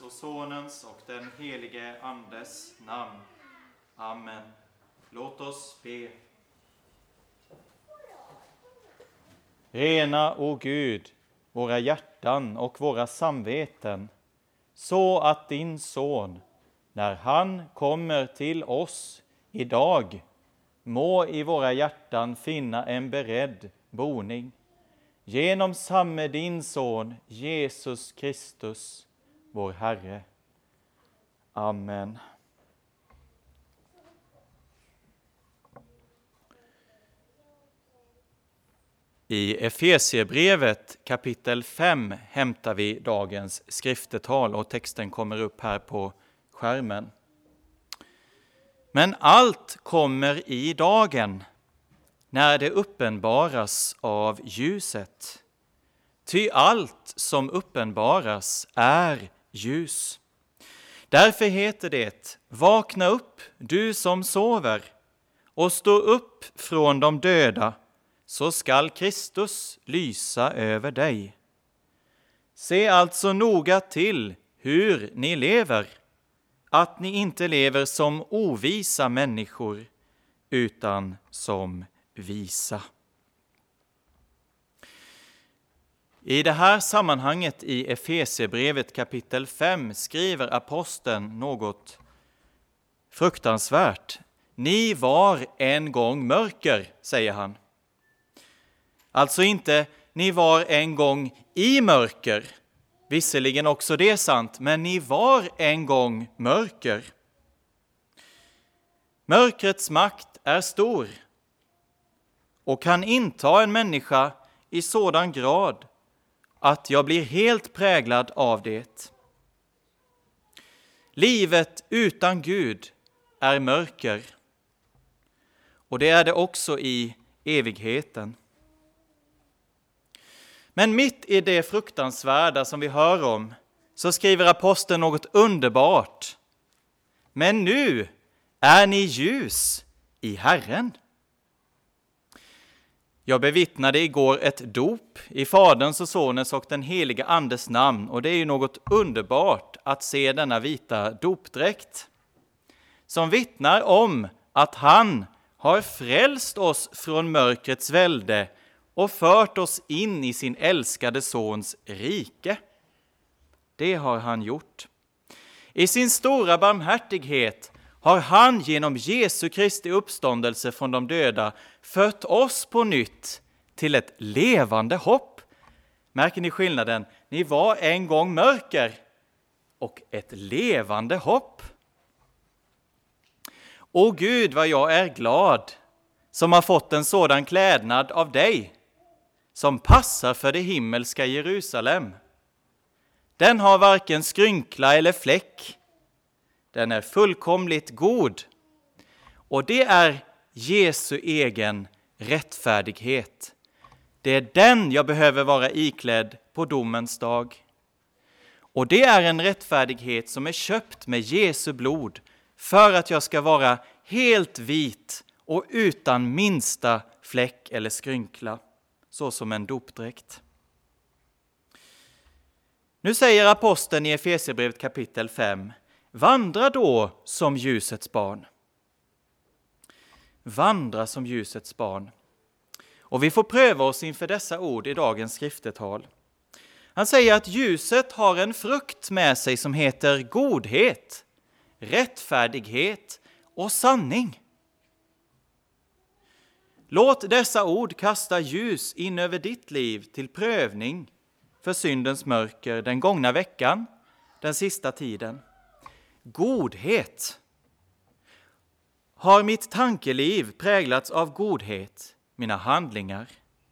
och Sonens och den helige Andes namn. Amen. Låt oss be. Rena, o Gud, våra hjärtan och våra samveten, så att din son, när han kommer till oss idag, må i våra hjärtan finna en beredd boning. Genom samme din son, Jesus Kristus, vår Herre. Amen. I Efesiebrevet kapitel 5 hämtar vi dagens skriftetal och texten kommer upp här på skärmen. Men allt kommer i dagen när det uppenbaras av ljuset. Ty allt som uppenbaras är ljus. Därför heter det: vakna upp, du som sover, och stå upp från de döda, så skall Kristus lysa över dig. Se alltså noga till hur ni lever, att ni inte lever som ovisa människor, utan som visa. I det här sammanhanget i Efesiebrevet kapitel 5 skriver aposteln något fruktansvärt. Ni var en gång mörker, säger han. Alltså inte ni var en gång i mörker. Visserligen också det är sant, men ni var en gång mörker. Mörkrets makt är stor och kan inta en människa i sådan grad att jag blir helt präglad av det. Livet utan Gud är mörker, och det är det också i evigheten. Men mitt i det fruktansvärda som vi hör om så skriver aposteln något underbart. Men nu är ni ljus i Herren. Jag bevittnade igår ett dop i Faderns och Sonens och den helige Andes namn, och det är ju något underbart att se denna vita dopdräkt som vittnar om att han har frälst oss från mörkrets välde och fört oss in i sin älskade sons rike. Det har han gjort. I sin stora barmhärtighet har han genom Jesu Kristi uppståndelse från de döda fött oss på nytt till ett levande hopp. Märker ni skillnaden? Ni var en gång mörker och ett levande hopp. Åh Gud, vad jag är glad som har fått en sådan klädnad av dig, som passar för det himmelska Jerusalem. Den har varken skrynkla eller fläck. Den är fullkomligt god. Och det är Jesu egen rättfärdighet. Det är den jag behöver vara iklädd på domens dag. Och det är en rättfärdighet som är köpt med Jesu blod för att jag ska vara helt vit och utan minsta fläck eller skrynkla, så som en dopdräkt. Nu säger aposteln i Efesiebrevet kapitel 5: vandra då som ljusets barn. Vandra som ljusets barn. Och vi får pröva oss inför dessa ord i dagens skriftetal. Han säger att ljuset har en frukt med sig som heter godhet, rättfärdighet och sanning. Låt dessa ord kasta ljus in över ditt liv till prövning för syndens mörker den gångna veckan, den sista tiden. Godhet. Har mitt tankeliv präglats av godhet, mina handlingar?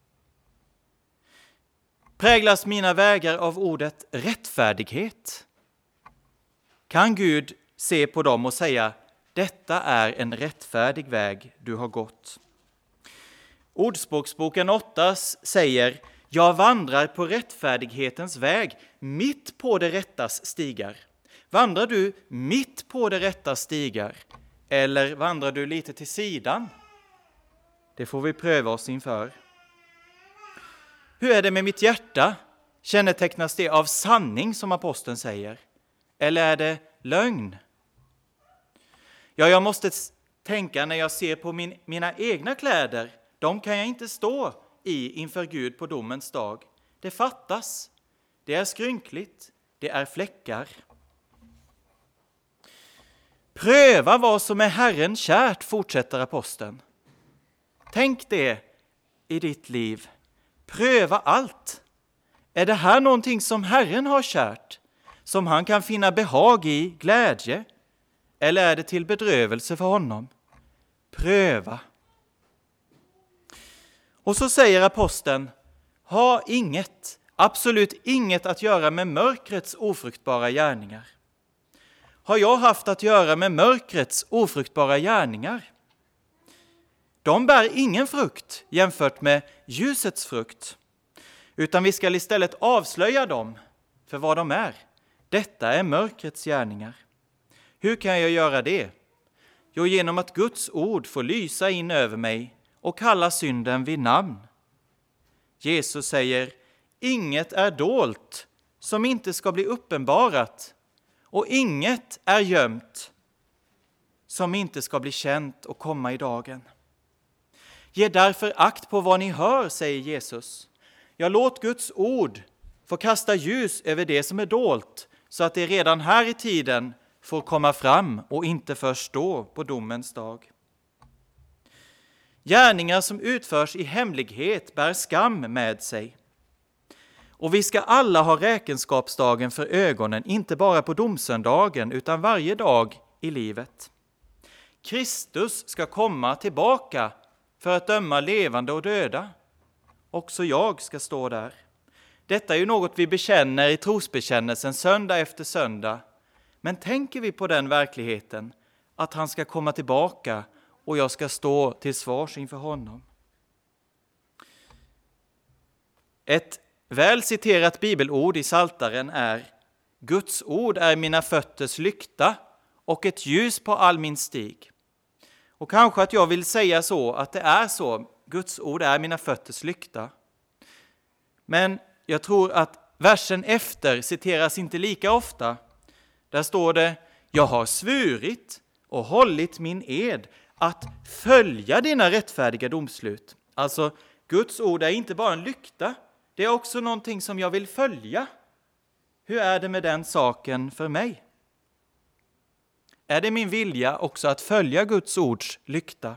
Präglas mina vägar av ordet rättfärdighet? Kan Gud se på dem och säga: detta är en rättfärdig väg du har gått? Ordspråksboken 8 säger: jag vandrar på rättfärdighetens väg, mitt på det rättas stigar. Vandrar du mitt på det rätta stigar, eller vandrar du lite till sidan? Det får vi pröva oss inför. Hur är det med mitt hjärta? Kännetecknas det av sanning, som aposteln säger? eller är det lögn? Ja, jag måste tänka när jag ser på mina egna kläder. De kan jag inte stå i inför Gud på domens dag. Det fattas. Det är skrynkligt. Det är fläckar. Pröva vad som är Herren kärt, fortsätter aposteln. Tänk det i ditt liv. Pröva allt. Är det här någonting som Herren har kärt? Som han kan finna behag i, glädje? Eller är det till bedrövelse för honom? Pröva. Och så säger aposteln, ha inget, absolut inget att göra med mörkrets ofruktbara gärningar. Har jag haft att göra med mörkrets ofruktbara gärningar? De bär ingen frukt jämfört med ljusets frukt, utan vi ska istället avslöja dem för vad de är. Detta är mörkrets gärningar. Hur kan jag göra det? Jo, genom att Guds ord får lysa in över mig och kalla synden vid namn. Jesus säger, inget är dolt som inte ska bli uppenbarat, och inget är gömt som inte ska bli känt och komma i dagen. Ge därför akt på vad ni hör, säger Jesus. Jag låt Guds ord få kasta ljus över det som är dolt, så att det redan här i tiden får komma fram och inte först då på domens dag. Gärningar som utförs i hemlighet bär skam med sig. Och vi ska alla ha räkenskapsdagen för ögonen, inte bara på domsöndagen utan varje dag i livet. Kristus ska komma tillbaka för att döma levande och döda. Också jag ska stå där. Detta är ju något vi bekänner i trosbekännelsen söndag efter söndag. Men tänker vi på den verkligheten, att han ska komma tillbaka och jag ska stå till svars inför honom? Ett väl citerat bibelord i Psaltaren är: Guds ord är mina fötters lykta och ett ljus på all min stig. Och kanske att jag vill säga så, att det är så. Guds ord är mina fötters lykta. Men jag tror att versen efter citeras inte lika ofta. Där står det: jag har svurit och hållit min ed att följa dina rättfärdiga domslut. Alltså, Guds ord är inte bara en lykta. Det är också någonting som jag vill följa. Hur är det med den saken för mig? Är det min vilja också att följa Guds ords lykta?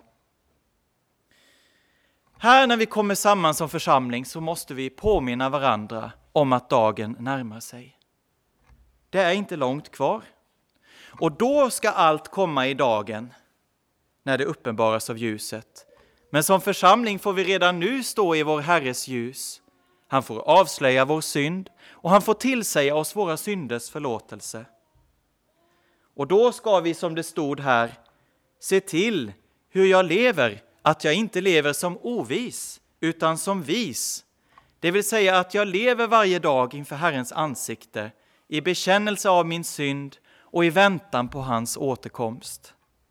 Här när vi kommer samman som församling så måste vi påminna varandra om att dagen närmar sig. Det är inte långt kvar. Och då ska allt komma i dagen när det uppenbaras av ljuset. Men som församling får vi redan nu stå i vår Herres ljus. Han får avslöja vår synd och han får tillsäga oss våra synders förlåtelse. Och då ska vi, som det stod här, se till hur jag lever, att jag inte lever som ovis utan som vis. Det vill säga att jag lever varje dag inför Herrens ansikte i bekännelse av min synd och i väntan på hans återkomst.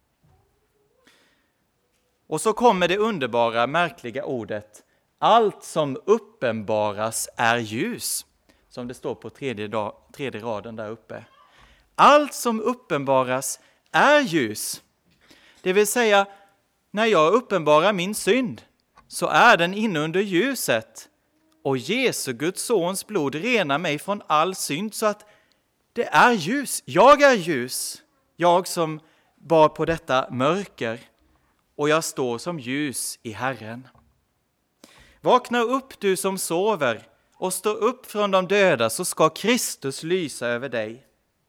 Och så kommer det underbara, märkliga ordet: allt som uppenbaras är ljus. Som det står på tredje raden där uppe. Allt som uppenbaras är ljus. Det vill säga, när jag uppenbarar min synd så är den inne under ljuset. Och Jesu, Guds sons blod, renar mig från all synd så att det är ljus. Jag är ljus. Jag som bar på detta mörker. Och jag står som ljus i Herren. Vakna upp du som sover och stå upp från de döda, så ska Kristus lysa över dig.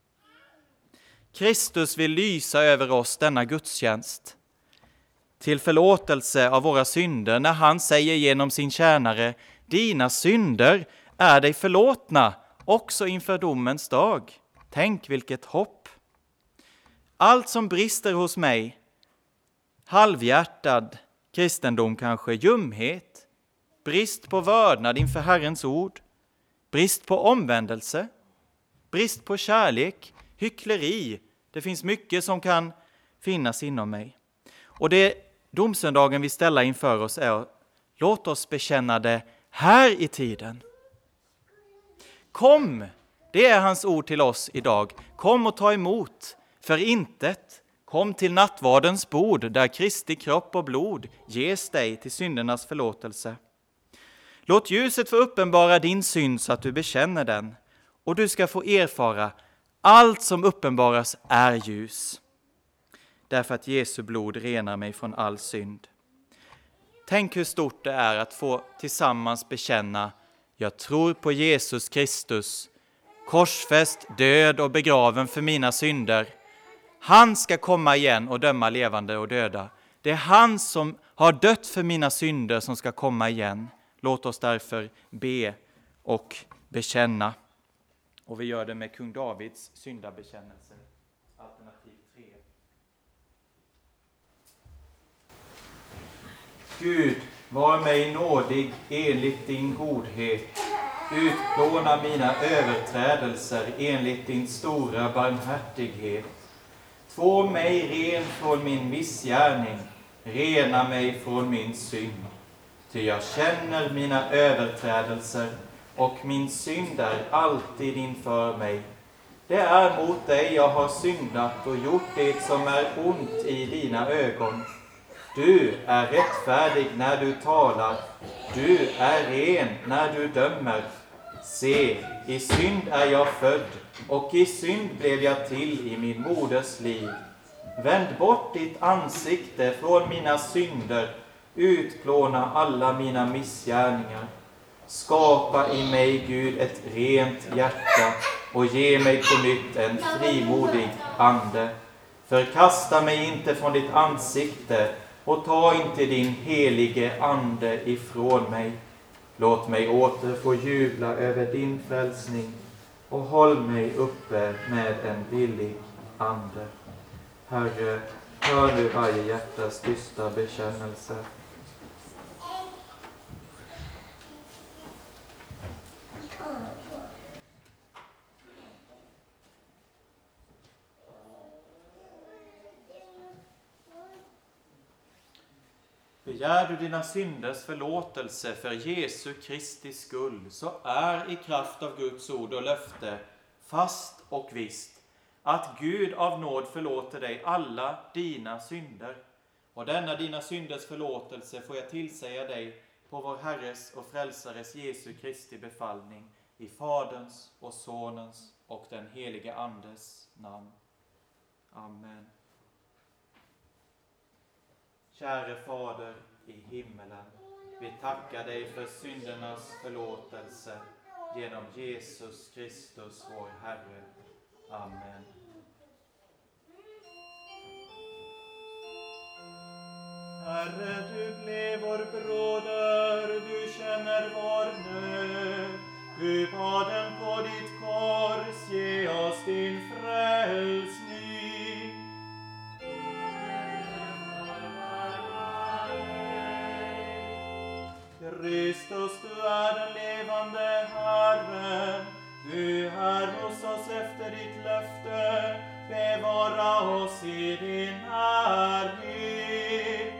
Kristus vill lysa över oss denna gudstjänst till förlåtelse av våra synder, när han säger genom sin tjänare: dina synder är dig förlåtna också inför domens dag. Tänk vilket hopp! Allt som brister hos mig, halvhjärtad kristendom kanske, ljumhet, brist på vördnad inför Herrens ord, brist på omvändelse, brist på kärlek, hyckleri. Det finns mycket som kan finnas inom mig. Och det domsöndagen vi ställer inför oss är: låt oss bekänna det här i tiden. Kom Det är hans ord till oss idag. Kom och ta emot för intet. Kom till nattvardens bord där Kristi kropp och blod ges dig till syndernas förlåtelse. Låt ljuset få uppenbara din synd så att du bekänner den. Och du ska få erfara allt som uppenbaras är ljus. Därför att Jesu blod renar mig från all synd. Tänk hur stort det är att få tillsammans bekänna: jag tror på Jesus Kristus, korsfäst, död och begraven för mina synder. Han ska komma igen och döma levande och döda. Det är han som har dött för mina synder som ska komma igen. Låt oss därför be och bekänna. Och vi gör det med kung Davids syndabekännelse. Alternativ 3. Gud, var mig nådig enligt din godhet. Utplåna mina överträdelser enligt din stora barmhärtighet. Två mig ren från min missgärning, rena mig från min synd. Ty jag känner mina överträdelser och min synd är alltid inför mig. Det är mot dig jag har syndat och gjort det som är ont i dina ögon. Du är rättfärdig när du talar, du är ren när du dömer. Se, i synd är jag född och i synd blev jag till i min moders liv. Vänd bort ditt ansikte från mina synder, utplåna alla mina missgärningar. Skapa i mig, Gud, ett rent hjärta och ge mig på nytt en frimodig ande. Förkasta mig inte från ditt ansikte och ta inte din helige ande ifrån mig. Låt mig åter få jubla över din frälsning och håll mig uppe med en villig ande. Herre, hör nu varje hjärtas tysta bekännelse. Begär du dina synders förlåtelse för Jesu Kristi skull, så är i kraft av Guds ord och löfte fast och visst att Gud av nåd förlåter dig alla dina synder. Och denna dina synders förlåtelse får jag tillsäga dig på vår Herres och Frälsares Jesu Kristi befallning, i Faderns och Sonens och den helige Andes namn. Amen. Käre Fader i himmelen, vi tackar dig för syndernas förlåtelse genom Jesus Kristus vår Herre. Amen. Herre, du blev vår broder, du känner vår nöd. Du bad den på ditt kors, ge oss din frälsning. Kristus, du är den levande Herren. Du är hos oss efter ditt löfte. Bevara oss i din närhet.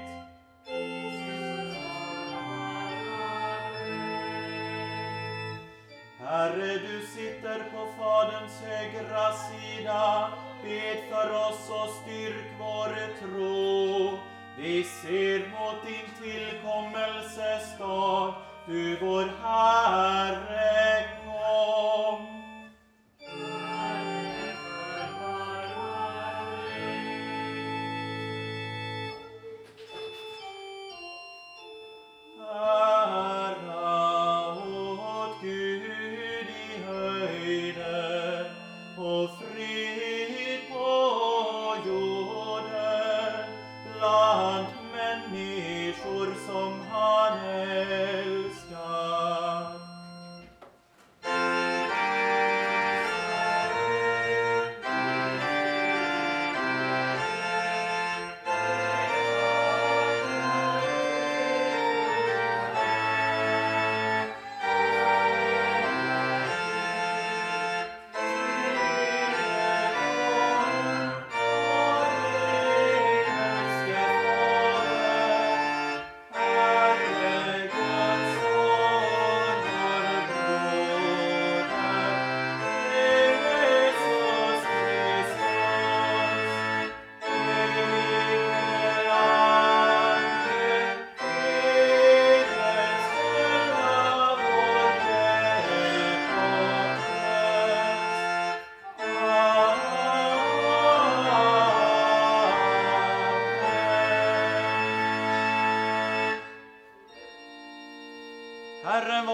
Herre, du sitter på Faderns högra sida. Bed för oss och styrk vår tro. Vi ser mot din tillkommelsestad, du vår Herre, kom. Ära åt Gud i höjden och frid på jorden bland människor som han älskar.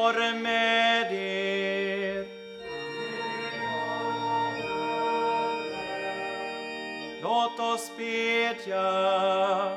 vare med er. Låt oss bedja.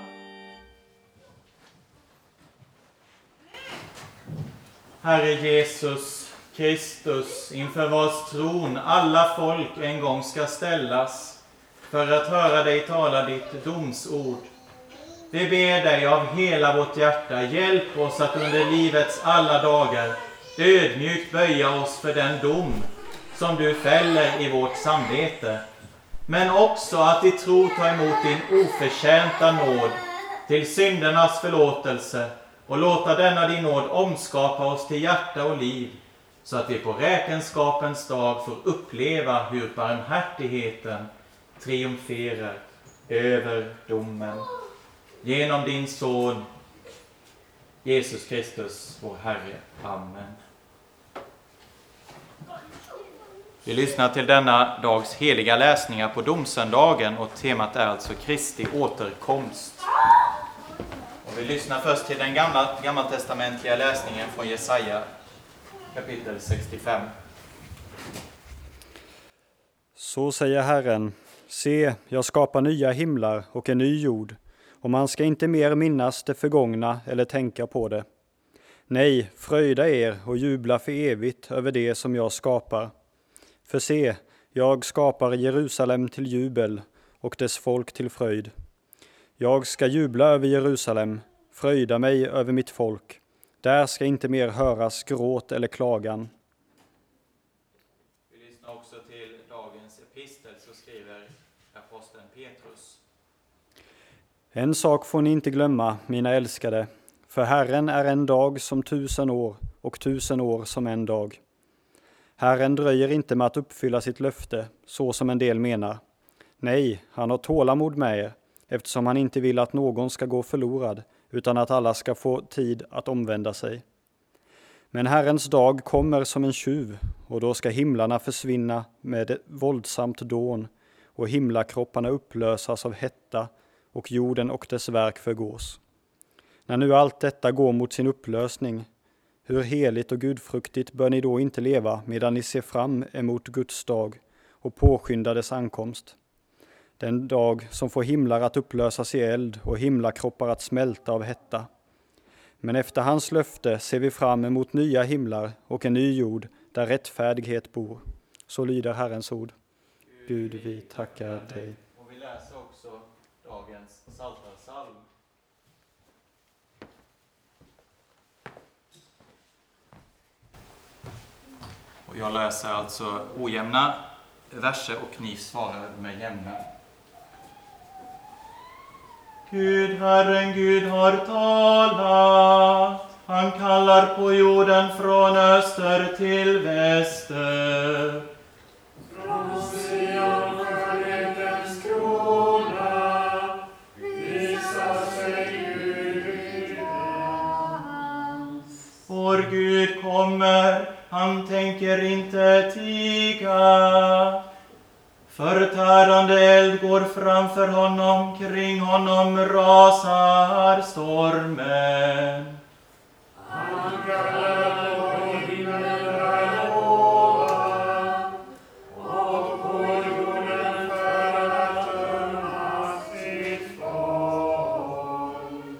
Herre Jesus Kristus, inför vars tron alla folk en gång ska ställas för att höra dig tala ditt domsord. Vi ber dig av hela vårt hjärta, hjälp oss att under livets alla dagar ödmjukt böja oss för den dom som du fäller i vårt samvete. Men också att i tro ta emot din oförtjänta nåd till syndernas förlåtelse och låta denna din nåd omskapa oss till hjärta och liv, så att vi på räkenskapens dag får uppleva hur barmhärtigheten triumferar över domen. Genom din son Jesus Kristus, vår Herre. Amen. Vi lyssnar till denna dags heliga läsningar på domsöndagen, och temat är alltså Kristi återkomst. Och vi lyssnar först till den gammaltestamentliga läsningen från Jesaja kapitel 65. Så säger Herren: se, jag skapar nya himlar och en ny jord, och man ska inte mer minnas det förgångna eller tänka på det. Nej, fröjda er och jubla för evigt över det som jag skapar. För se, jag skapar Jerusalem till jubel och dess folk till fröjd. Jag ska jubla över Jerusalem, fröjda mig över mitt folk. Där ska inte mer höras gråt eller klagan. Vi lyssnar också till dagens epistel, så skriver aposteln Petrus. En sak får ni inte glömma, mina älskade, för Herren är en dag som 1000 år och 1000 år som en dag. Herren dröjer inte med att uppfylla sitt löfte, så som en del menar. Nej, han har tålamod med er, eftersom han inte vill att någon ska gå förlorad, utan att alla ska få tid att omvända sig. Men Herrens dag kommer som en tjuv, och då ska himlarna försvinna med ett våldsamt dån, och himlakropparna upplösas av hetta, och jorden och dess verk förgås. När nu allt detta går mot sin upplösning, hur heligt och gudfruktigt bör ni då inte leva medan ni ser fram emot Guds dag och påskyndar dess ankomst. Den dag som får himlar att upplösas i eld och himlakroppar att smälta av hetta. Men efter hans löfte ser vi fram emot nya himlar och en ny jord där rättfärdighet bor. Så lyder Herrens ord. Gud, vi tackar dig. Och vi läser också dagens psaltarpsalm. Och jag läser alltså ojämna verser och ni svarar med jämna. Gud, Herren Gud har talat. Han kallar på jorden från öster till väster. Från Sion skönhetens krona visar sig Gud hans. Vår Gud kommer, han tänker inte tiga. Förtärande eld går framför honom, kring honom rasar stormen. Han kallar på himlen ovan och på jorden för att döma sitt folk.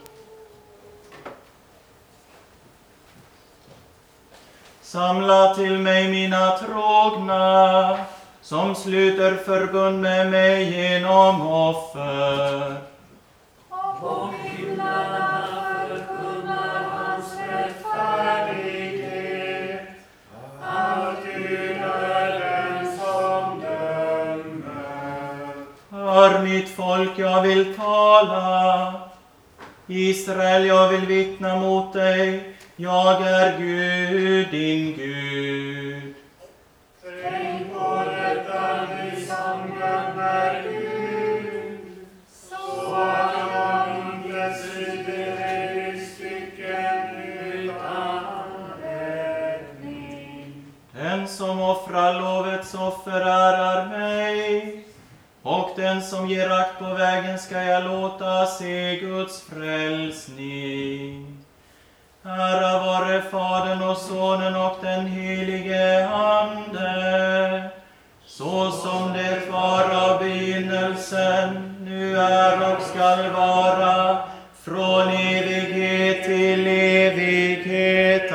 Samla till mig mina trogna, som sluter förbund med mig genom offer. Och himlarna förkunnar hans rättfärdighet. Alltid är den som dömer. Hör mitt folk, jag vill tala. Israel, jag vill vittna mot dig. Jag är Gud, din Gud. Tänk på detta, ni som glömmer Gud, så att jag inte sviker er i stycken utan anledning. Den som offrar lovets offer ärar mig, och den som ger akt på vägen ska jag låta se Guds frälsning. Ära vare Fadern och Sonen och den helige Ande, så som det var av begynnelsen, nu är och skall vara, från evighet till evighet.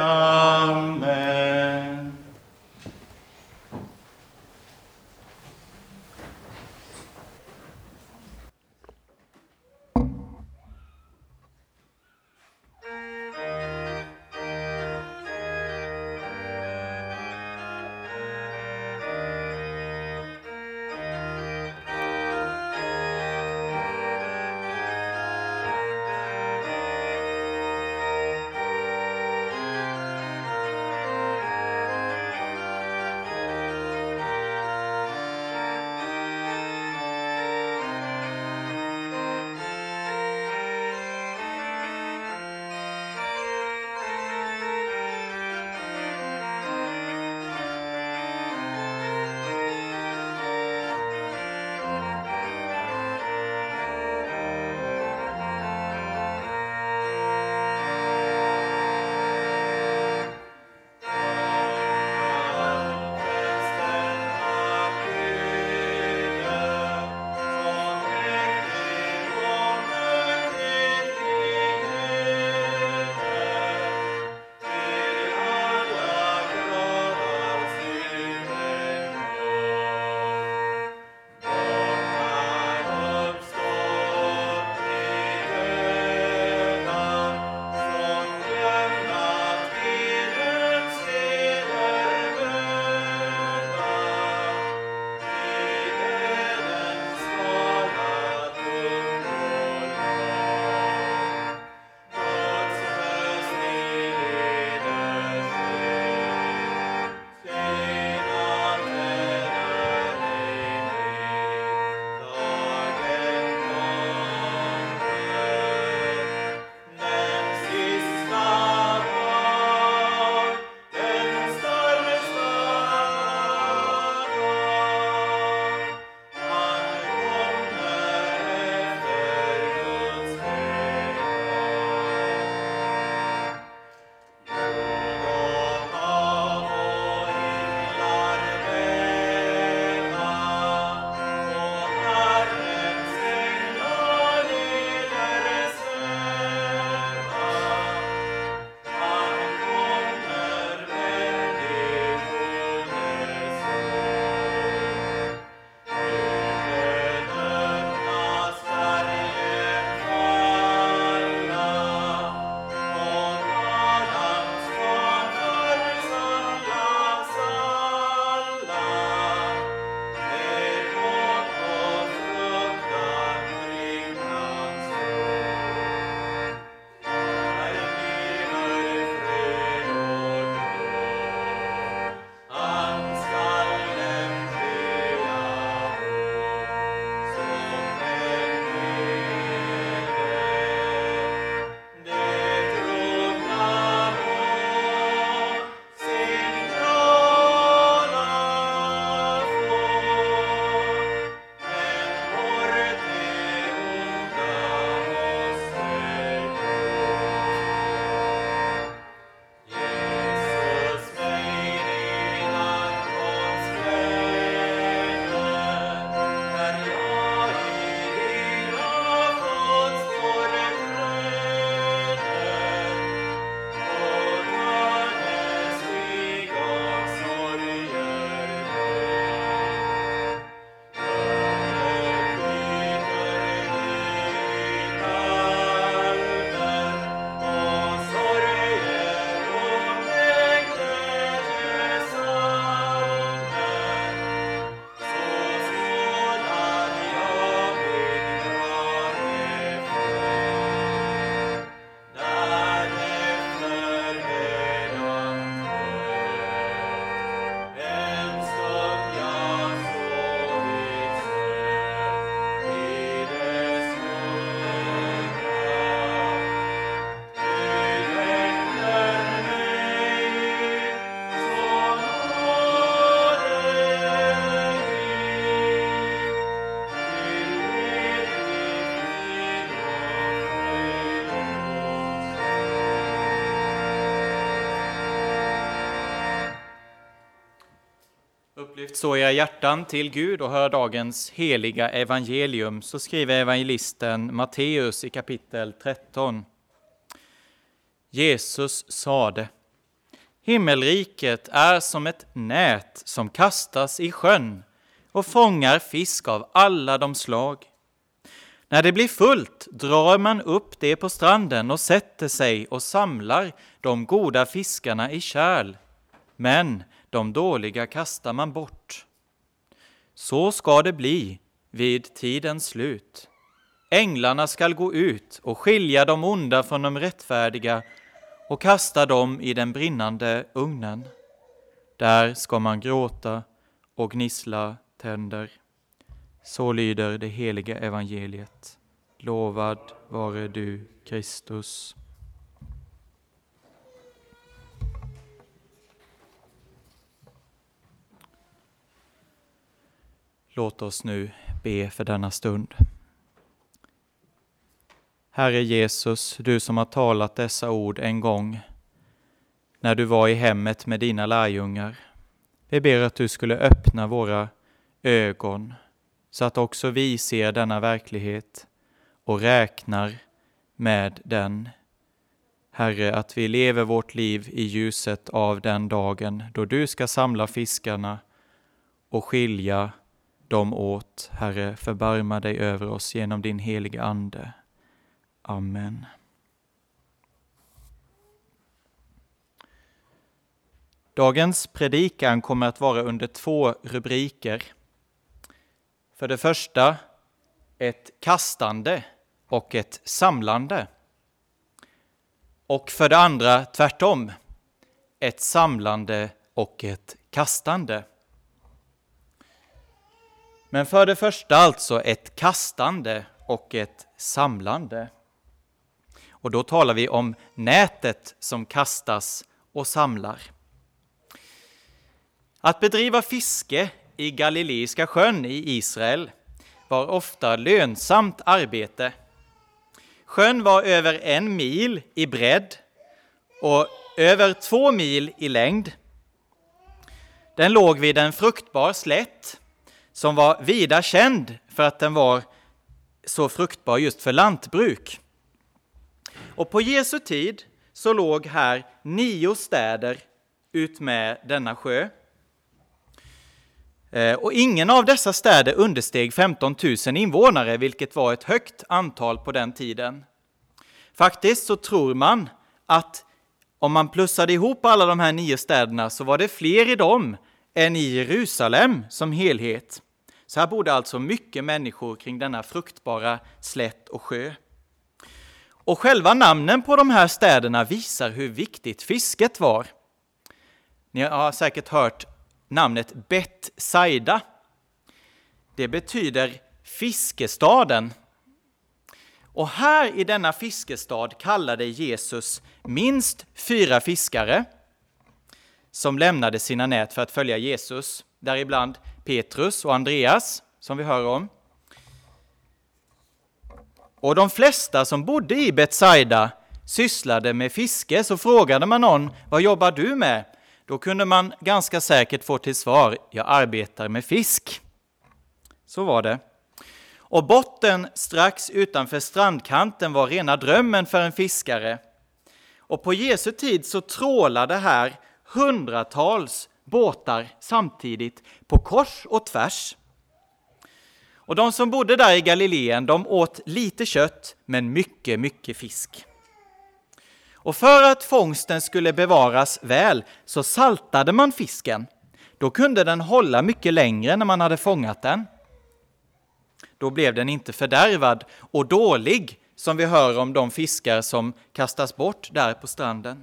Amen. Upplyft så era hjärtan till Gud och hör dagens heliga evangelium, så skriver evangelisten Matteus i kapitel 13. Jesus sade: Himmelriket är som ett nät som kastas i sjön och fångar fisk av alla de slag. När det blir fullt drar man upp det på stranden och sätter sig och samlar de goda fiskarna i kärl, men de dåliga kastar man bort. Så ska det bli vid tidens slut. Änglarna skall gå ut och skilja de onda från de rättfärdiga och kasta dem i den brinnande ugnen. Där ska man gråta och gnissla tänder. Så lyder det heliga evangeliet. Lovad vare du, Kristus. Låt oss nu be för denna stund. Herre Jesus, du som har talat dessa ord en gång när du var i hemmet med dina lärjungar. Vi ber att du skulle öppna våra ögon så att också vi ser denna verklighet och räknar med den. Herre, att vi lever vårt liv i ljuset av den dagen då du ska samla fiskarna och skilja dem åt. Herre, förbarma dig över oss genom din heliga ande. Amen. Dagens predikan kommer att vara under 2 rubriker. För det första, ett kastande och ett samlande. Och för det andra, tvärtom, ett samlande och ett kastande. Men för det första alltså ett kastande och ett samlande. Och då talar vi om nätet som kastas och samlar. Att bedriva fiske i Galileiska sjön i Israel var ofta lönsamt arbete. Sjön var över 1 mil i bredd och över 2 mil i längd. Den låg vid en fruktbar slätt som var vida känd för att den var så fruktbar just för lantbruk. Och på Jesu tid så låg här 9 städer ut med denna sjö. Och ingen av dessa städer understeg 15 000 invånare, vilket var ett högt antal på den tiden. Faktiskt så tror man att om man plussade ihop alla de här 9 städerna så var det fler i dem än i Jerusalem som helhet. Så här bodde alltså mycket människor kring denna fruktbara slätt och sjö. Och själva namnen på de här städerna visar hur viktigt fisket var. Ni har säkert hört namnet Betsaida. Det betyder fiskestaden. Och här i denna fiskestad kallade Jesus minst 4 fiskare som lämnade sina nät för att följa Jesus. Däribland Petrus och Andreas, som vi hör om. Och de flesta som bodde i Betsaida sysslade med fiske, så frågade man någon, vad jobbar du med? Då kunde man ganska säkert få till svar, jag arbetar med fisk. Så var det. Och botten strax utanför strandkanten var rena drömmen för en fiskare. Och på Jesu tid så trålade här hundratals båtar samtidigt på kors och tvärs. Och de som bodde där i Galileen, de åt lite kött men mycket, mycket fisk. Och för att fångsten skulle bevaras väl så saltade man fisken. Då kunde den hålla mycket längre när man hade fångat den. Då blev den inte fördärvad och dålig som vi hör om de fiskar som kastas bort där på stranden.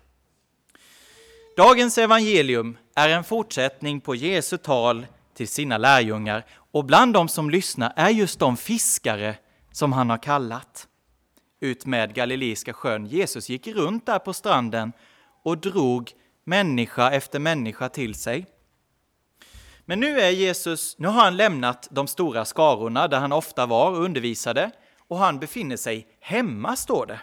Dagens evangelium är en fortsättning på Jesu tal till sina lärjungar, och bland de som lyssnar är just de fiskare som han har kallat ut med Galileiska sjön. Jesus gick runt där på stranden och drog människa efter människa till sig. Men nu har han lämnat de stora skarorna där han ofta var och undervisade, och han befinner sig hemma, står det.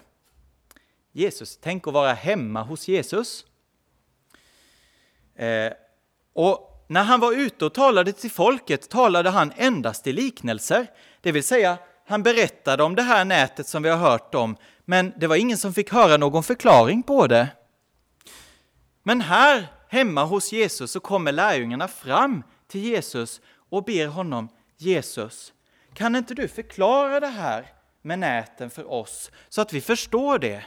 Tänk att vara hemma hos Jesus. Och när han var ute och talade till folket talade han endast i liknelser. Det vill säga, han berättade om det här nätet som vi har hört om, men det var ingen som fick höra någon förklaring på det. Men här hemma hos Jesus så kommer lärjungarna fram till Jesus och ber honom: Jesus, kan inte du förklara det här med näten för oss så att vi förstår det?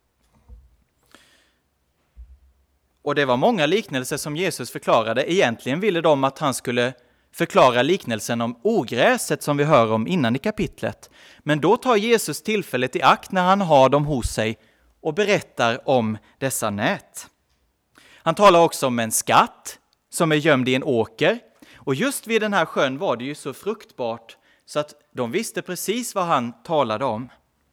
Och det var många liknelser som Jesus förklarade. Egentligen ville de att han skulle förklara liknelsen om ogräset som vi hör om innan i kapitlet. Men då tar Jesus tillfället i akt när han har dem hos sig och berättar om dessa nät. Han talar också om en skatt som är gömd i en åker. Och just vid den här sjön var det ju så fruktbart så att de visste precis vad han talade om.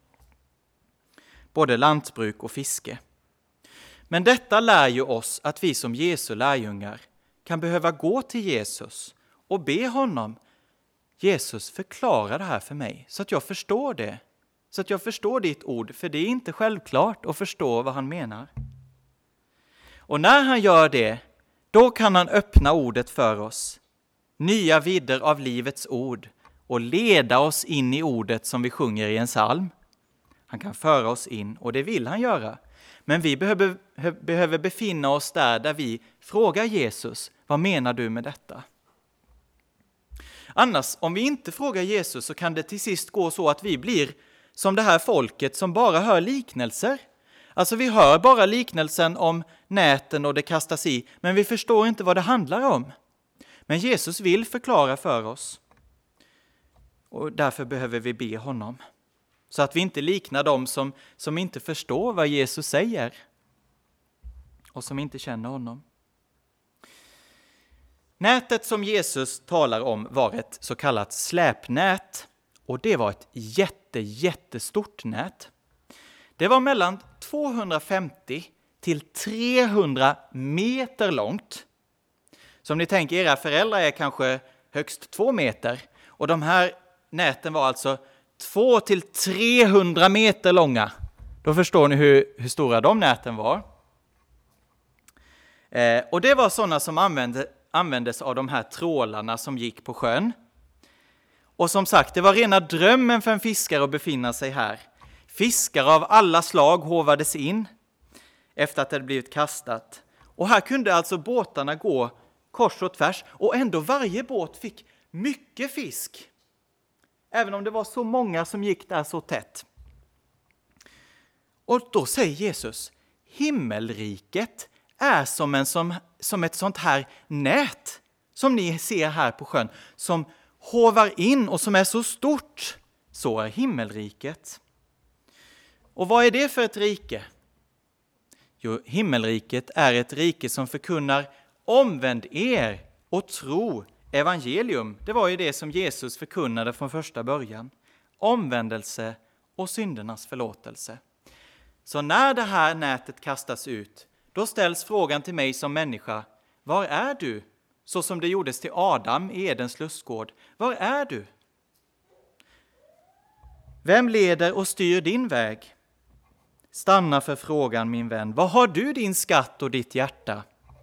Både lantbruk och fiske. Men detta lär ju oss att vi som Jesu lärjungar kan behöva gå till Jesus och be honom: Jesus, förklara det här för mig så att jag förstår det. Så att jag förstår ditt ord, för det är inte självklart att förstå vad han menar. Och när han gör det, då kan han öppna ordet för oss. Nya vidder av livets ord och leda oss in i ordet som vi sjunger i en psalm. Han kan föra oss in, och det vill han göra. Men vi behöver befinna oss där vi frågar Jesus: vad menar du med detta? Annars, om vi inte frågar Jesus, så kan det till sist gå så att vi blir som det här folket som bara hör liknelser. Alltså vi hör bara liknelsen om näten och det kastas i, men vi förstår inte vad det handlar om. Men Jesus vill förklara för oss. Och därför behöver vi be honom. Så att vi inte liknar dem som inte förstår vad Jesus säger. Och som inte känner honom. Nätet som Jesus talar om var ett så kallat släpnät. Och det var ett jättestort nät. Det var mellan 250 till 300 meter långt. Som ni tänker, era föräldrar är kanske högst 2 meter. Och de här näten var alltså 2 till 300 meter långa. Då förstår ni hur stora de näten var. Och det var sådana som användes av de här trålarna som gick på sjön. Och som sagt, det var rena drömmen för en fiskare att befinna sig här. Fiskare av alla slag hovades in efter att det hade blivit kastat. Och här kunde alltså båtarna gå kors och tvärs, och ändå varje båt fick mycket fisk. Även om det var så många som gick där så tätt. Och då säger Jesus: himmelriket är som ett sånt här nät som ni ser här på sjön, som hovar in och som är så stort. Så är himmelriket. Och vad är det för ett rike? Jo, himmelriket är ett rike som förkunnar: omvänd er och tro evangelium. Det var ju det som Jesus förkunnade från första början. Omvändelse och syndernas förlåtelse. Så när det här nätet kastas ut, då ställs frågan till mig som människa: var är du? Så som det gjordes till Adam i Edens lustgård. Var är du? Vem leder och styr din väg? Stanna för frågan, min vän. Var har du din skatt och ditt hjärta?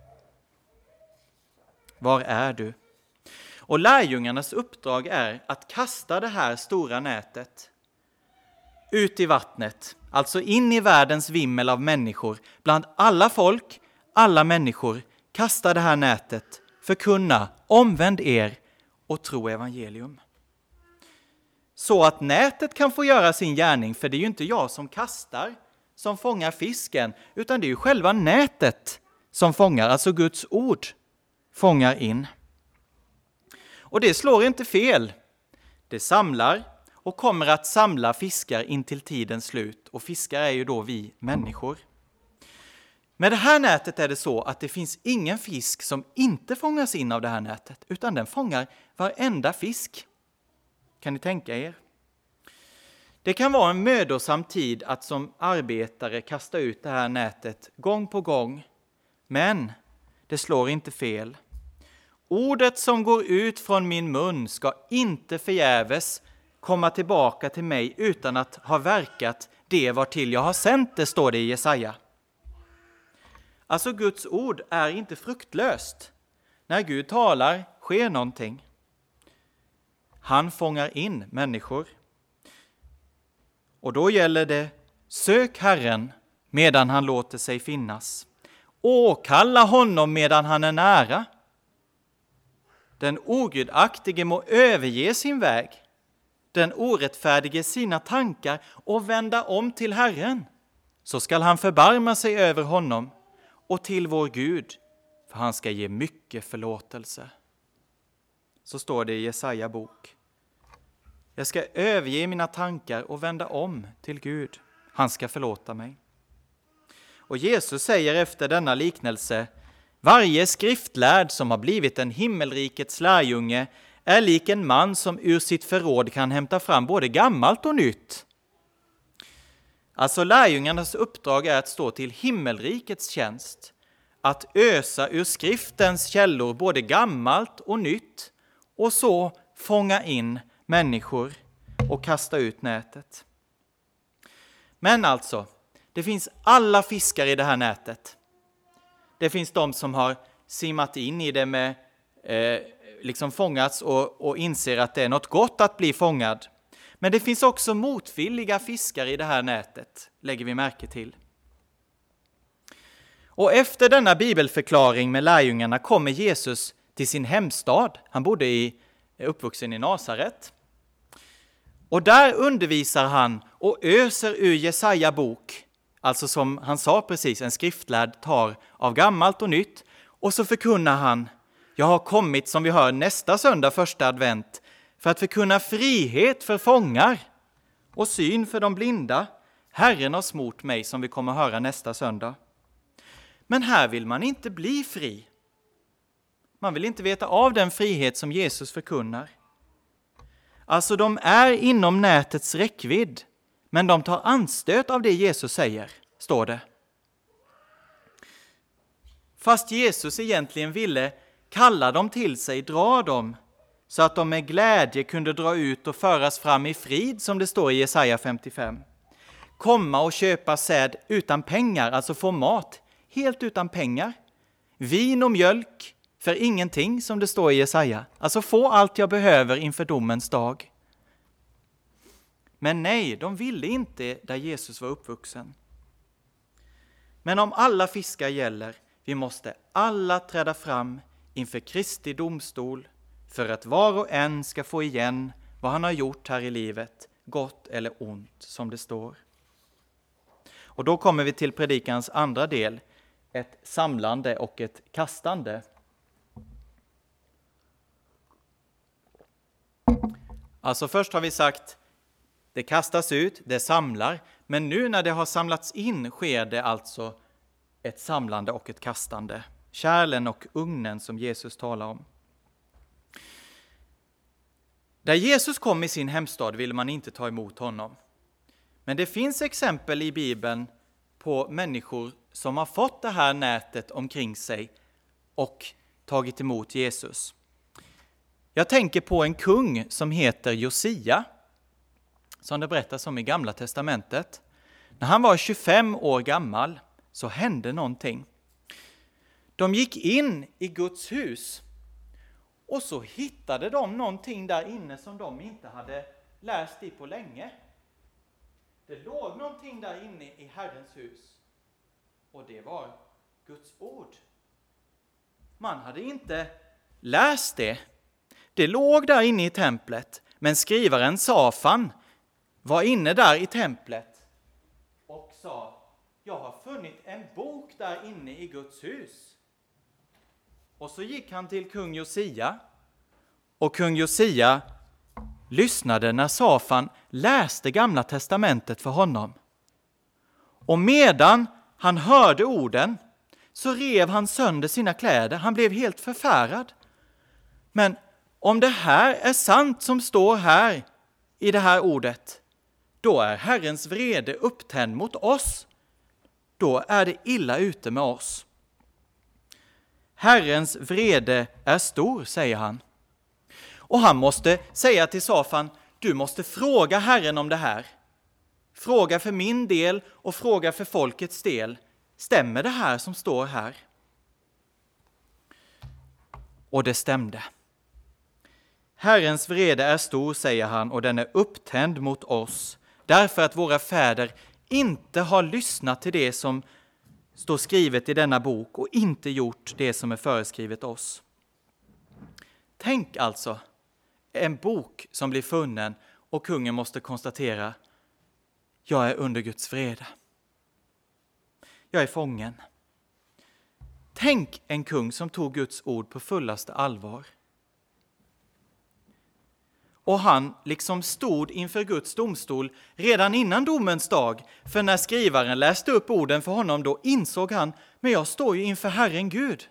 Var är du? Och lärjungarnas uppdrag är att kasta det här stora nätet ut i vattnet. Alltså in i världens vimmel av människor. Bland alla folk, alla människor. Kasta det här nätet. Förkunna, omvänd er och tro evangelium. Så att nätet kan få göra sin gärning. För det är ju inte jag som kastar, som fångar fisken. Utan det är ju själva nätet som fångar. Alltså Guds ord fångar in. Och det slår inte fel. Det samlar och kommer att samla fiskar in till tidens slut. Och fiskar är ju då vi människor. Med det här nätet är det så att det finns ingen fisk som inte fångas in av det här nätet. Utan den fångar varenda fisk. Kan ni tänka er? Det kan vara en mödosam tid att som arbetare kasta ut det här nätet gång på gång. Men det slår inte fel. Ordet som går ut från min mun ska inte förgäves komma tillbaka till mig utan att ha verkat det vartill jag har sänt det, står det i Jesaja. Alltså Guds ord är inte fruktlöst. När Gud talar sker någonting. Han fångar in människor. Och då gäller det: sök Herren medan han låter sig finnas. Åkalla honom medan han är nära. Den ogudaktige må överge sin väg, den orättfärdige sina tankar och vända om till Herren. Så skall han förbarma sig över honom och till vår Gud, för han ska ge mycket förlåtelse. Så står det i Jesaja bok. Jag ska överge mina tankar och vända om till Gud. Han ska förlåta mig. Och Jesus säger efter denna liknelse: varje skriftlärd som har blivit en himmelrikets lärjunge är lik en man som ur sitt förråd kan hämta fram både gammalt och nytt. Alltså lärjungarnas uppdrag är att stå till himmelrikets tjänst, att ösa ur skriftens källor både gammalt och nytt och så fånga in människor och kasta ut nätet. Men alltså, det finns alla fiskar i det här nätet. Det finns de som har simmat in i det med fångats och inser att det är något gott att bli fångad. Men det finns också motvilliga fiskar i det här nätet, lägger vi märke till. Och efter denna bibelförklaring med lärjungarna kommer Jesus till sin hemstad. Han bodde uppvuxen i Nasaret. Och där undervisar han och öser ur Jesaja bok. Alltså som han sa precis, en skriftlärd tar av gammalt och nytt. Och så förkunnar han: jag har kommit, som vi hör nästa söndag, första advent, för att förkunna frihet för fångar och syn för de blinda. Herren har smort mig, som vi kommer höra nästa söndag. Men här vill man inte bli fri. Man vill inte veta av den frihet som Jesus förkunnar. Alltså de är inom nätets räckvidd, men de tar anstöt av det Jesus säger, står det. Fast Jesus egentligen ville kalla dem till sig, dra dem, så att de med glädje kunde dra ut och föras fram i frid, som det står i Jesaja 55. Komma och köpa säd utan pengar, alltså få mat helt utan pengar. Vin och mjölk för ingenting, som det står i Jesaja. Alltså få allt jag behöver inför domens dag. Men nej, de ville inte där Jesus var uppvuxen. Men om alla fiskar gäller, vi måste alla träda fram inför Kristi domstol för att var och en ska få igen vad han har gjort här i livet, gott eller ont, som det står. Och då kommer vi till predikans andra del, ett samlande och ett kastande. Alltså först har vi sagt, det kastas ut, det samlar, men nu när det har samlats in sker det alltså ett samlande och ett kastande. Kärlen och ugnen som Jesus talar om. Där Jesus kom i sin hemstad ville man inte ta emot honom. Men det finns exempel i Bibeln på människor som har fått det här nätet omkring sig och tagit emot Jesus. Jag tänker på en kung som heter Josia, som det berättas om i Gamla testamentet. När han var 25 år gammal så hände någonting. De gick in i Guds hus och så hittade de någonting där inne som de inte hade läst i på länge. Det låg någonting där inne i Herrens hus och det var Guds ord. Man hade inte läst det. Det låg där inne i templet, men skrivaren Safan var inne där i templet och sa: jag har funnit en bok där inne i Guds hus. Och så gick han till kung Josia och kung Josia lyssnade när Safan läste Gamla testamentet för honom. Och medan han hörde orden så rev han sönder sina kläder. Han blev helt förfärad. Men om det här är sant som står här i det här ordet, då är Herrens vrede upptänd mot oss. Då är det illa ute med oss. Herrens vrede är stor, säger han. Och han måste säga till Safan: du måste fråga Herren om det här. Fråga för min del och fråga för folkets del. Stämmer det här som står här? Och det stämde. Herrens vrede är stor, säger han, och den är upptänd mot oss, därför att våra fäder inte har lyssnat till det som står skrivet i denna bok och inte gjort det som är föreskrivet oss. Tänk alltså, en bok som blir funnen och kungen måste konstatera: jag är under Guds vrede. Jag är fången. Tänk en kung som tog Guds ord på fullaste allvar. Och han liksom stod inför Guds domstol redan innan domens dag. För när skrivaren läste upp orden för honom, då insåg han: men jag står ju inför Herren Gud.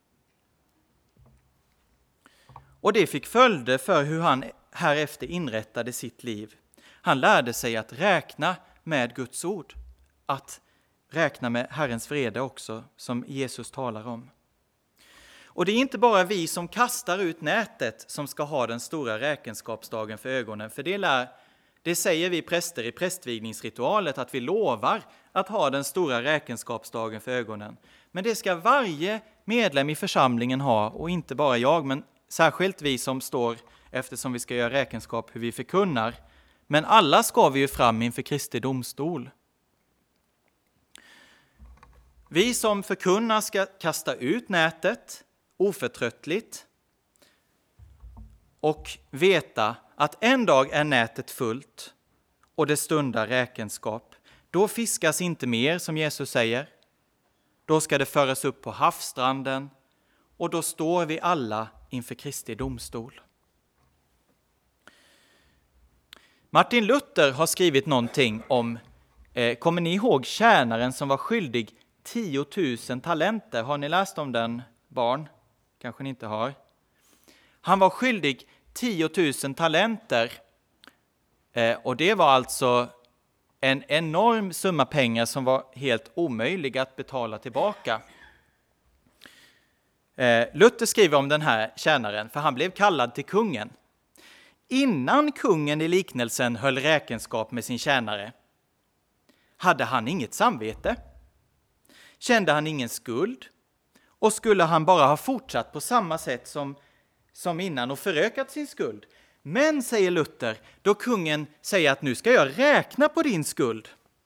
Och det fick följder för hur han härefter inrättade sitt liv. Han lärde sig att räkna med Guds ord. Att räkna med Herrens vrede också, som Jesus talar om. Och det är inte bara vi som kastar ut nätet som ska ha den stora räkenskapsdagen för ögonen. För det säger vi präster i prästvigningsritualet, att vi lovar att ha den stora räkenskapsdagen för ögonen. Men det ska varje medlem i församlingen ha, och inte bara jag, men särskilt vi som står, eftersom vi ska göra räkenskap hur vi förkunnar. Men alla ska vi ju fram inför Kristi domstol. Vi som förkunnar ska kasta ut nätet oförtröttligt och veta att en dag är nätet fullt och det stundar räkenskap. Då fiskas inte mer, som Jesus säger. Då ska det föras upp på havsstranden och då står vi alla inför Kristi domstol. Martin Luther har skrivit någonting om, kommer ni ihåg tjänaren som var skyldig 10 000 talenter? Har ni läst om den, barn? Kanske ni inte har. Han var skyldig 10 000 talenter. Och det var alltså en enorm summa pengar som var helt omöjlig att betala tillbaka. Luther skriver om den här tjänaren, för han blev kallad till kungen. Innan kungen i liknelsen höll räkenskap med sin tjänare hade han inget samvete. Kände han ingen skuld, och skulle han bara ha fortsatt på samma sätt som innan och förökat sin skuld. Men, säger Luther, då kungen säger att nu ska jag räkna på din skuld,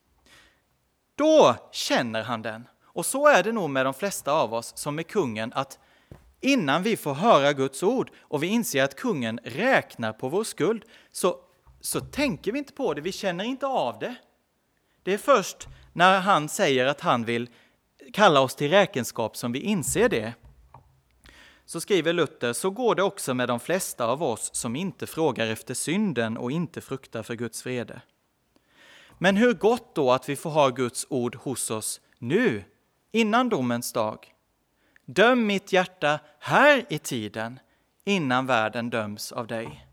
då känner han den. Och så är det nog med de flesta av oss som med kungen, att innan vi får höra Guds ord och vi inser att kungen räknar på vår skuld, så tänker vi inte på det, vi känner inte av det. Det är först när han säger att han vill kalla oss till räkenskap som vi inser det. Så skriver Luther: så går det också med de flesta av oss som inte frågar efter synden och inte fruktar för Guds vrede. Men hur gott då att vi får ha Guds ord hos oss nu, innan domens dag. Döm mitt hjärta här i tiden, innan världen döms av dig.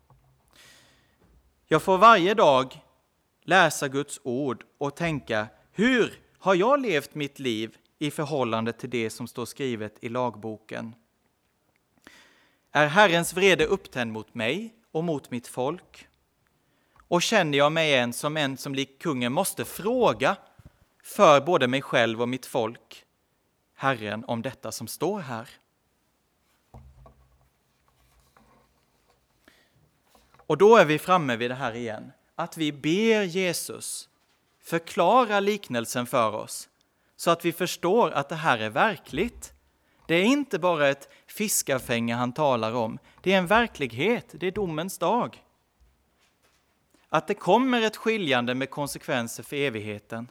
Jag får varje dag läsa Guds ord och tänka: hur har jag levt mitt liv i förhållande till det som står skrivet i lagboken? Är Herrens vrede upptänd mot mig och mot mitt folk? Och känner jag mig som en som lik kungen måste fråga för både mig själv och mitt folk Herren om detta som står här? Och då är vi framme vid det här igen, att vi ber Jesus förklara liknelsen för oss så att vi förstår att det här är verkligt. Det är inte bara ett fiskarfänge han talar om. Det är en verklighet, det är domens dag. Att det kommer ett skiljande med konsekvenser för evigheten.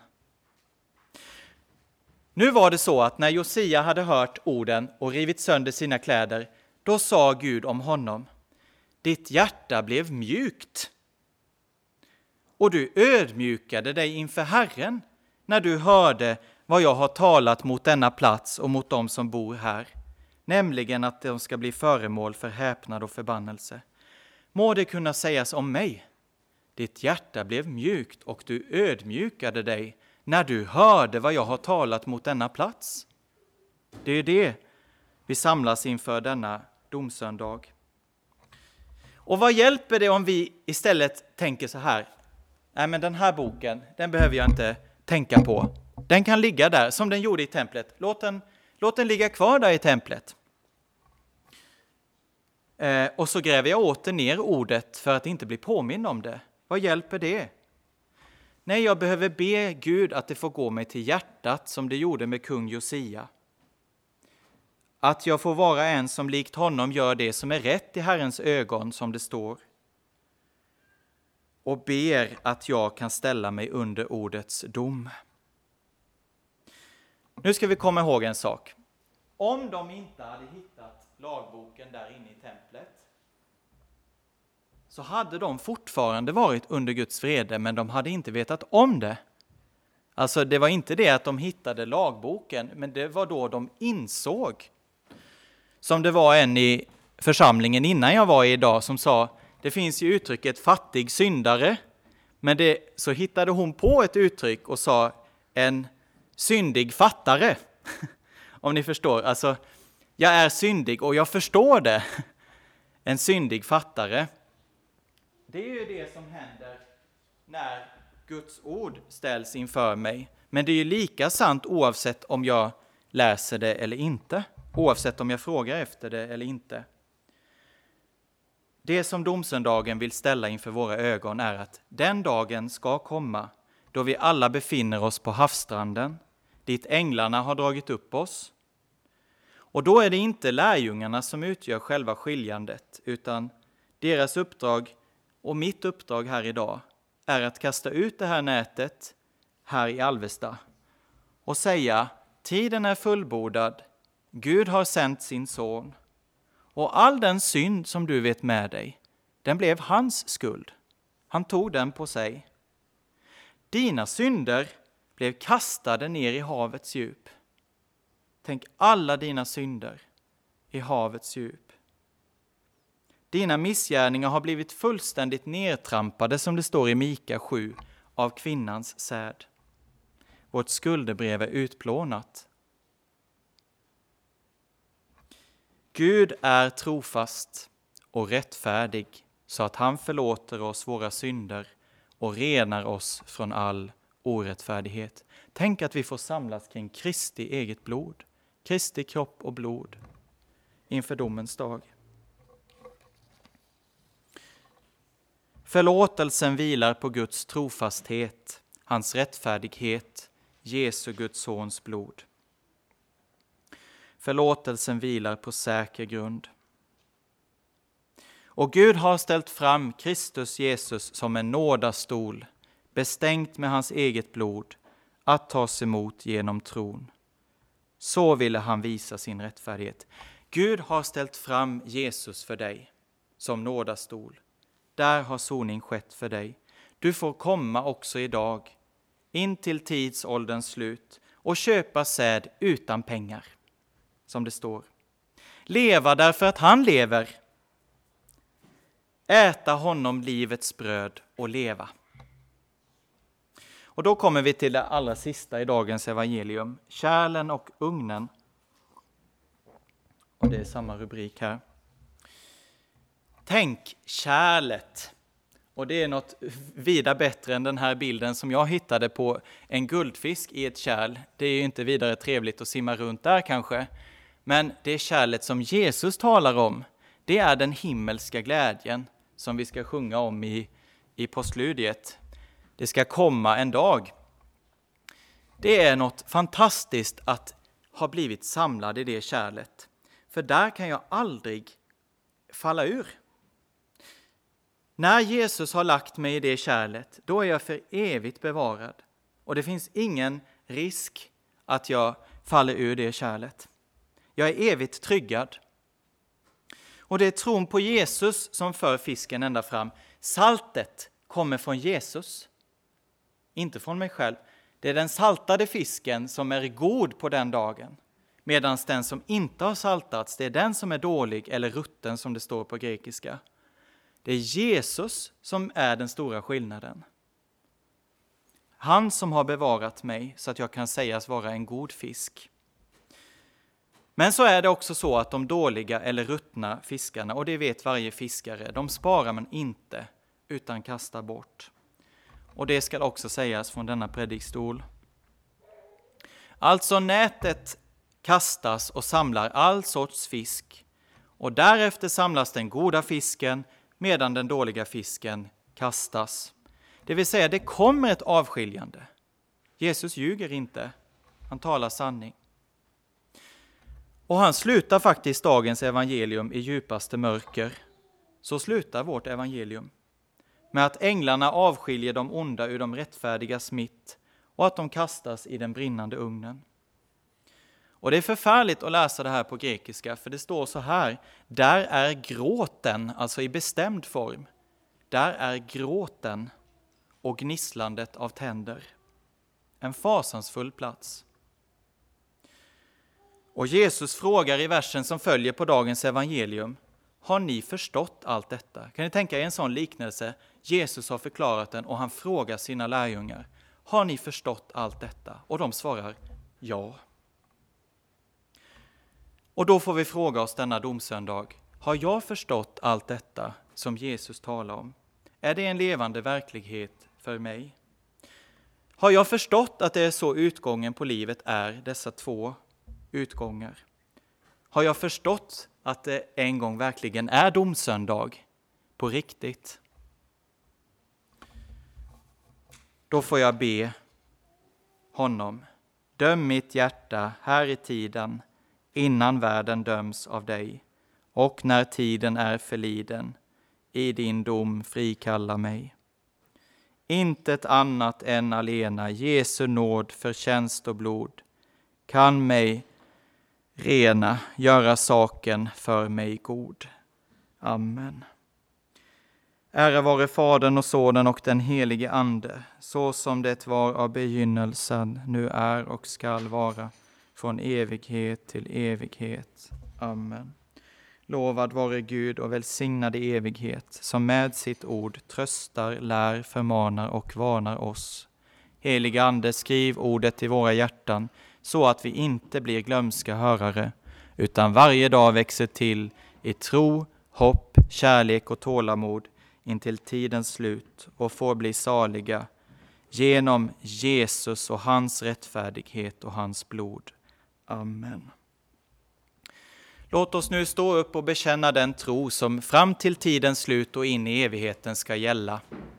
Nu var det så att när Josia hade hört orden och rivit sönder sina kläder, då sa Gud om honom: ditt hjärta blev mjukt. Och du ödmjukade dig inför Herren när du hörde vad jag har talat mot denna plats och mot dem som bor här, nämligen att de ska bli föremål för häpnad och förbannelse. Må det kunna sägas om mig: ditt hjärta blev mjukt och du ödmjukade dig när du hörde vad jag har talat mot denna plats. Det är det vi samlas inför denna domsöndag. Och vad hjälper det om vi istället tänker så här: nej, men den här boken, den behöver jag inte tänka på. Den kan ligga där som den gjorde i templet. Låt den ligga kvar där i templet. Och så gräver jag åter ner ordet för att inte bli påmind om det. Vad hjälper det? Nej, jag behöver be Gud att det får gå mig till hjärtat som det gjorde med kung Josia. Att jag får vara en som likt honom gör det som är rätt i Herrens ögon, som det står. Och ber att jag kan ställa mig under ordets dom. Nu ska vi komma ihåg en sak. Om de inte hade hittat lagboken där inne i templet, så hade de fortfarande varit under Guds vrede, men de hade inte vetat om det. Alltså det var inte det att de hittade lagboken, men det var då de insåg. Som det var en i församlingen innan jag var i idag som sa, det finns ju uttrycket fattig syndare, men så hittade hon på ett uttryck och sa en syndig fattare. Om ni förstår, alltså jag är syndig och jag förstår det. En syndig fattare. Det är ju det som händer när Guds ord ställs inför mig. Men det är ju lika sant oavsett om jag läser det eller inte. Oavsett om jag frågar efter det eller inte. Det som domsöndagen vill ställa inför våra ögon är att den dagen ska komma då vi alla befinner oss på havsstranden, dit änglarna har dragit upp oss. Och då är det inte lärjungarna som utgör själva skiljandet, utan deras uppdrag och mitt uppdrag här idag är att kasta ut det här nätet här i Alvesta och säga, tiden är fullbordad, Gud har sänt sin son och all den synd som du vet med dig, den blev hans skuld. Han tog den på sig. Dina synder blev kastade ner i havets djup. Tänk alla dina synder i havets djup. Dina missgärningar har blivit fullständigt nedtrampade, som det står i Mika 7, av kvinnans säd. Vårt skuldebrev är utplånat. Gud är trofast och rättfärdig så att han förlåter oss våra synder och renar oss från all orättfärdighet. Tänk att vi får samlas kring Kristi eget blod, Kristi kropp och blod inför domens dag. Förlåtelsen vilar på Guds trofasthet, hans rättfärdighet, Jesu Guds sons blod. Förlåtelsen vilar på säker grund. Och Gud har ställt fram Kristus Jesus som en nådastol, bestänkt med hans eget blod, att tas emot genom tron. Så ville han visa sin rättfärdighet. Gud har ställt fram Jesus för dig som nådastol. Där har soning skett för dig. Du får komma också idag, in till tidsålderns slut, och köpa säd utan pengar, som det står. Leva därför att han lever. Äta honom livets bröd och leva. Och då kommer vi till det allra sista i dagens evangelium. Kärlen och ugnen. Och det är samma rubrik här. Tänk kärlet. Och det är något vida bättre än den här bilden som jag hittade på en guldfisk i ett kärl. Det är ju inte vidare trevligt att simma runt där kanske. Men det kärlet som Jesus talar om, det är den himmelska glädjen som vi ska sjunga om i postludiet. Det ska komma en dag. Det är något fantastiskt att ha blivit samlad i det kärlet. För där kan jag aldrig falla ur. När Jesus har lagt mig i det kärlet, då är jag för evigt bevarad. Och det finns ingen risk att jag faller ur det kärlet. Jag är evigt tryggad. Och det är tron på Jesus som för fisken ända fram. Saltet kommer från Jesus, inte från mig själv. Det är den saltade fisken som är god på den dagen. Medan den som inte har saltats, det är den som är dålig eller rutten som det står på grekiska. Det är Jesus som är den stora skillnaden. Han som har bevarat mig så att jag kan sägas vara en god fisk. Men så är det också så att de dåliga eller ruttna fiskarna, och det vet varje fiskare, de sparar man inte utan kastar bort. Och det ska också sägas från denna predikstol. Alltså nätet kastas och samlar all sorts fisk. och därefter samlas den goda fisken medan den dåliga fisken kastas. Det vill säga, det kommer ett avskiljande. Jesus ljuger inte, han talar sanning. Och han slutar faktiskt dagens evangelium i djupaste mörker. Så slutar vårt evangelium. Med att änglarna avskiljer de onda ur de rättfärdigas mitt och att de kastas i den brinnande ugnen. Och det är förfärligt att läsa det här på grekiska, för det står så här: där är gråten, alltså i bestämd form. Där är gråten och gnisslandet av tänder. En fasansfull plats. Och Jesus frågar i versen som följer på dagens evangelium: har ni förstått allt detta? Kan ni tänka er en sån liknelse? Jesus har förklarat den och han frågar sina lärjungar: har ni förstått allt detta? Och de svarar ja. Och då får vi fråga oss denna domsöndag: har jag förstått allt detta som Jesus talar om? Är det en levande verklighet för mig? Har jag förstått att det är så utgången på livet är, dessa två utgångar? Har jag förstått att det en gång verkligen är domsöndag på riktigt? Då får jag be honom: döm mitt hjärta här i tiden, innan världen döms av dig, och när tiden är förliden, i din dom frikalla mig. Intet annat än alena Jesu nåd, förtjänst och blod kan mig rena, göra saken för mig god. Amen. Ära vare Fadern och Sonen och den helige Ande, så som det var av begynnelsen, nu är och skall vara, från evighet till evighet. Amen. Lovad vare Gud och välsignad i evighet, som med sitt ord tröstar, lär, förmanar och varnar oss. Helige Ande, skriv ordet i våra hjärtan, så att vi inte blir glömska hörare, utan varje dag växer till i tro, hopp, kärlek och tålamod intill tidens slut och får bli saliga genom Jesus och hans rättfärdighet och hans blod. Amen. Låt oss nu stå upp och bekänna den tro som fram till tidens slut och in i evigheten ska gälla.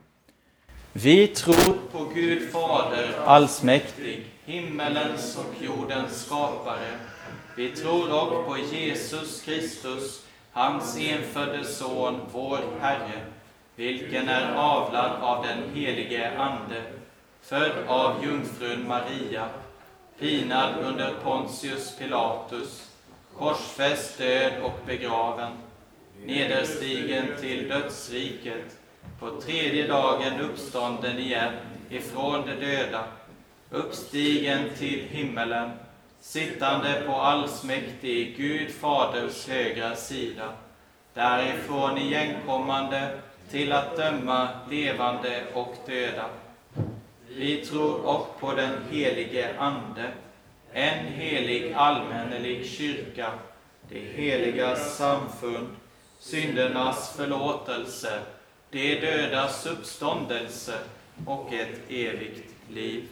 Vi tror på Gud Fader allsmäktig, himmelens och jordens skapare. Vi tror också på Jesus Kristus, hans enfödde son, vår Herre, vilken är avlad av den helige Ande, född av jungfrun Maria, pinad under Pontius Pilatus, korsfäst, död och begraven, nederstigen till dödsriket, på tredje dagen uppstånden igen ifrån de döda, uppstigen till himmelen, sittande på allsmäktig Gud Faders högra sida, därifrån igenkommande till att döma levande och döda. Vi tror också på den helige Ande, en helig allmännelig kyrka, det heliga samfund, syndernas förlåtelse, de dödas uppståndelse och ett evigt liv.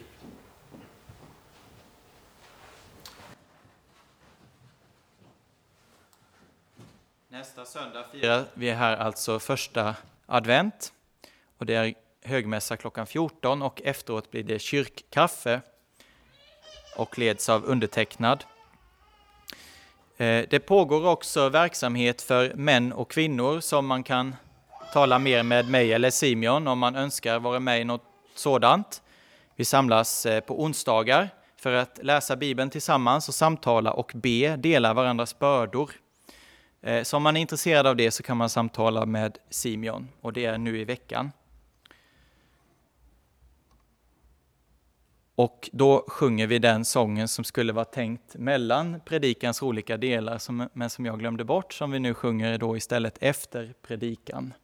Nästa söndag firar vi här alltså första advent, och det är högmässa klockan 14 och efteråt blir det kyrkkaffe och leds av undertecknad. Det pågår också verksamhet för män och kvinnor som man kan tala mer med mig eller Simeon om man önskar vara med i något sådant. Vi samlas på onsdagar för att läsa Bibeln tillsammans och samtala och be, dela varandras bördor. Så om man är intresserad av det så kan man samtala med Simeon, och det är nu i veckan. Och då sjunger vi den sången som skulle vara tänkt mellan predikans olika delar, men som jag glömde bort, som vi nu sjunger då istället efter predikan.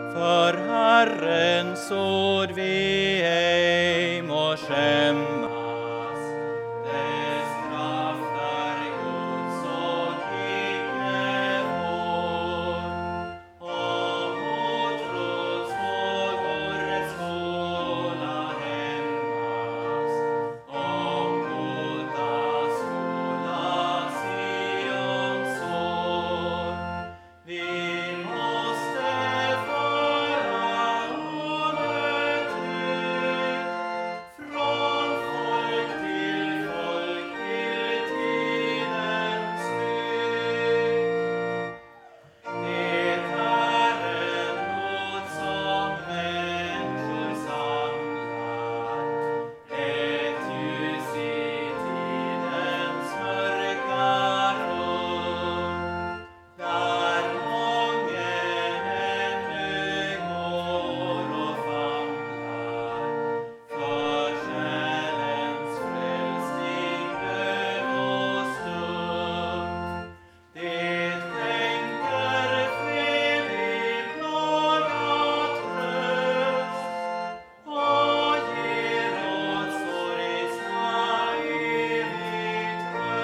För Herrens ord vi ej må skämmas. Dess kraft är Guds och icke vår. Och mot trotsvågor skola hämmas. Och goda skola Sions sår. Vi måste föra ordet ut från folk till folk till tidens slut. Det är en nåd som människor samlar, ett ljus i tidens mörka rum, där mången ännu går och famlar för själens frälsning döv och stum. Det skänker fred i plåga tröst och ger åt sorgsna evigt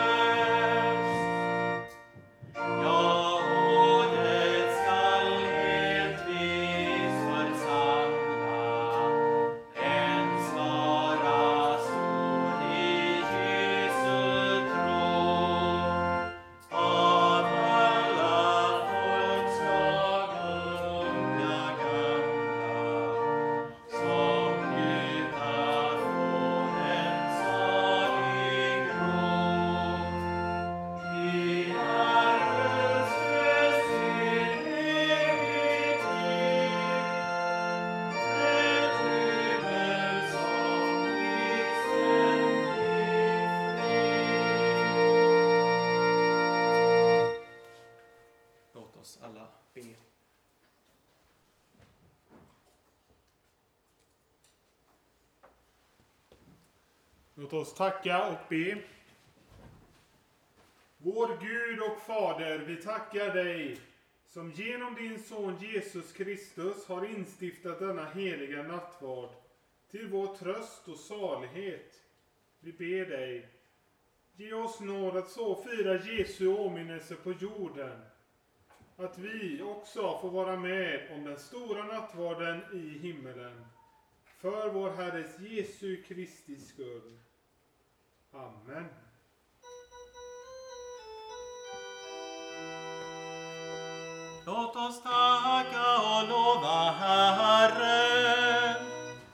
tröst. Ja, ordet skall helt visst församla en skara stor i Jesu tro. Av alla folkslag, unga, gamla, som nyttjar får en salig ro. I Herrens röst till evig tid, med jubelsång i ständig frid. Låt oss alla be. Låt oss tacka och be. Vår Gud och Fader, vi tackar dig som genom din son Jesus Kristus har instiftat denna heliga nattvard till vår tröst och salighet. Vi ber dig, ge oss nåd att så fira Jesu åminnelse på jorden, att vi också får vara med om den stora nattvarden i himmelen. För vår Herres Jesu Kristi skull. Amen. Låt oss tacka och lova Herren.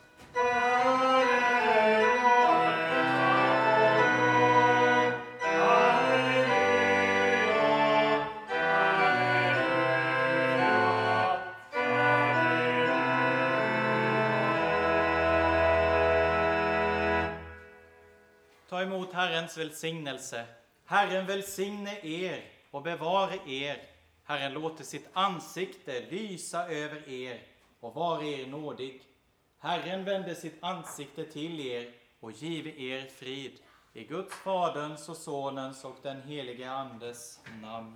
Ta emot Herrens välsignelse. Herren välsigne er och bevare er. Herren låter sitt ansikte lysa över er och vare er nådig. Herren vände sitt ansikte till er och give er frid. I Guds Faderns och Sonens och den helige Andes namn.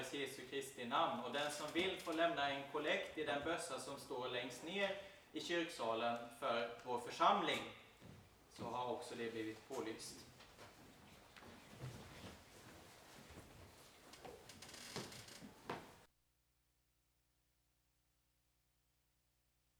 Herres Jesu Kristi namn. Och den som vill får lämna en kollekt i den bössa som står längst ner i kyrksalen för vår församling. Så har också det blivit pålyst.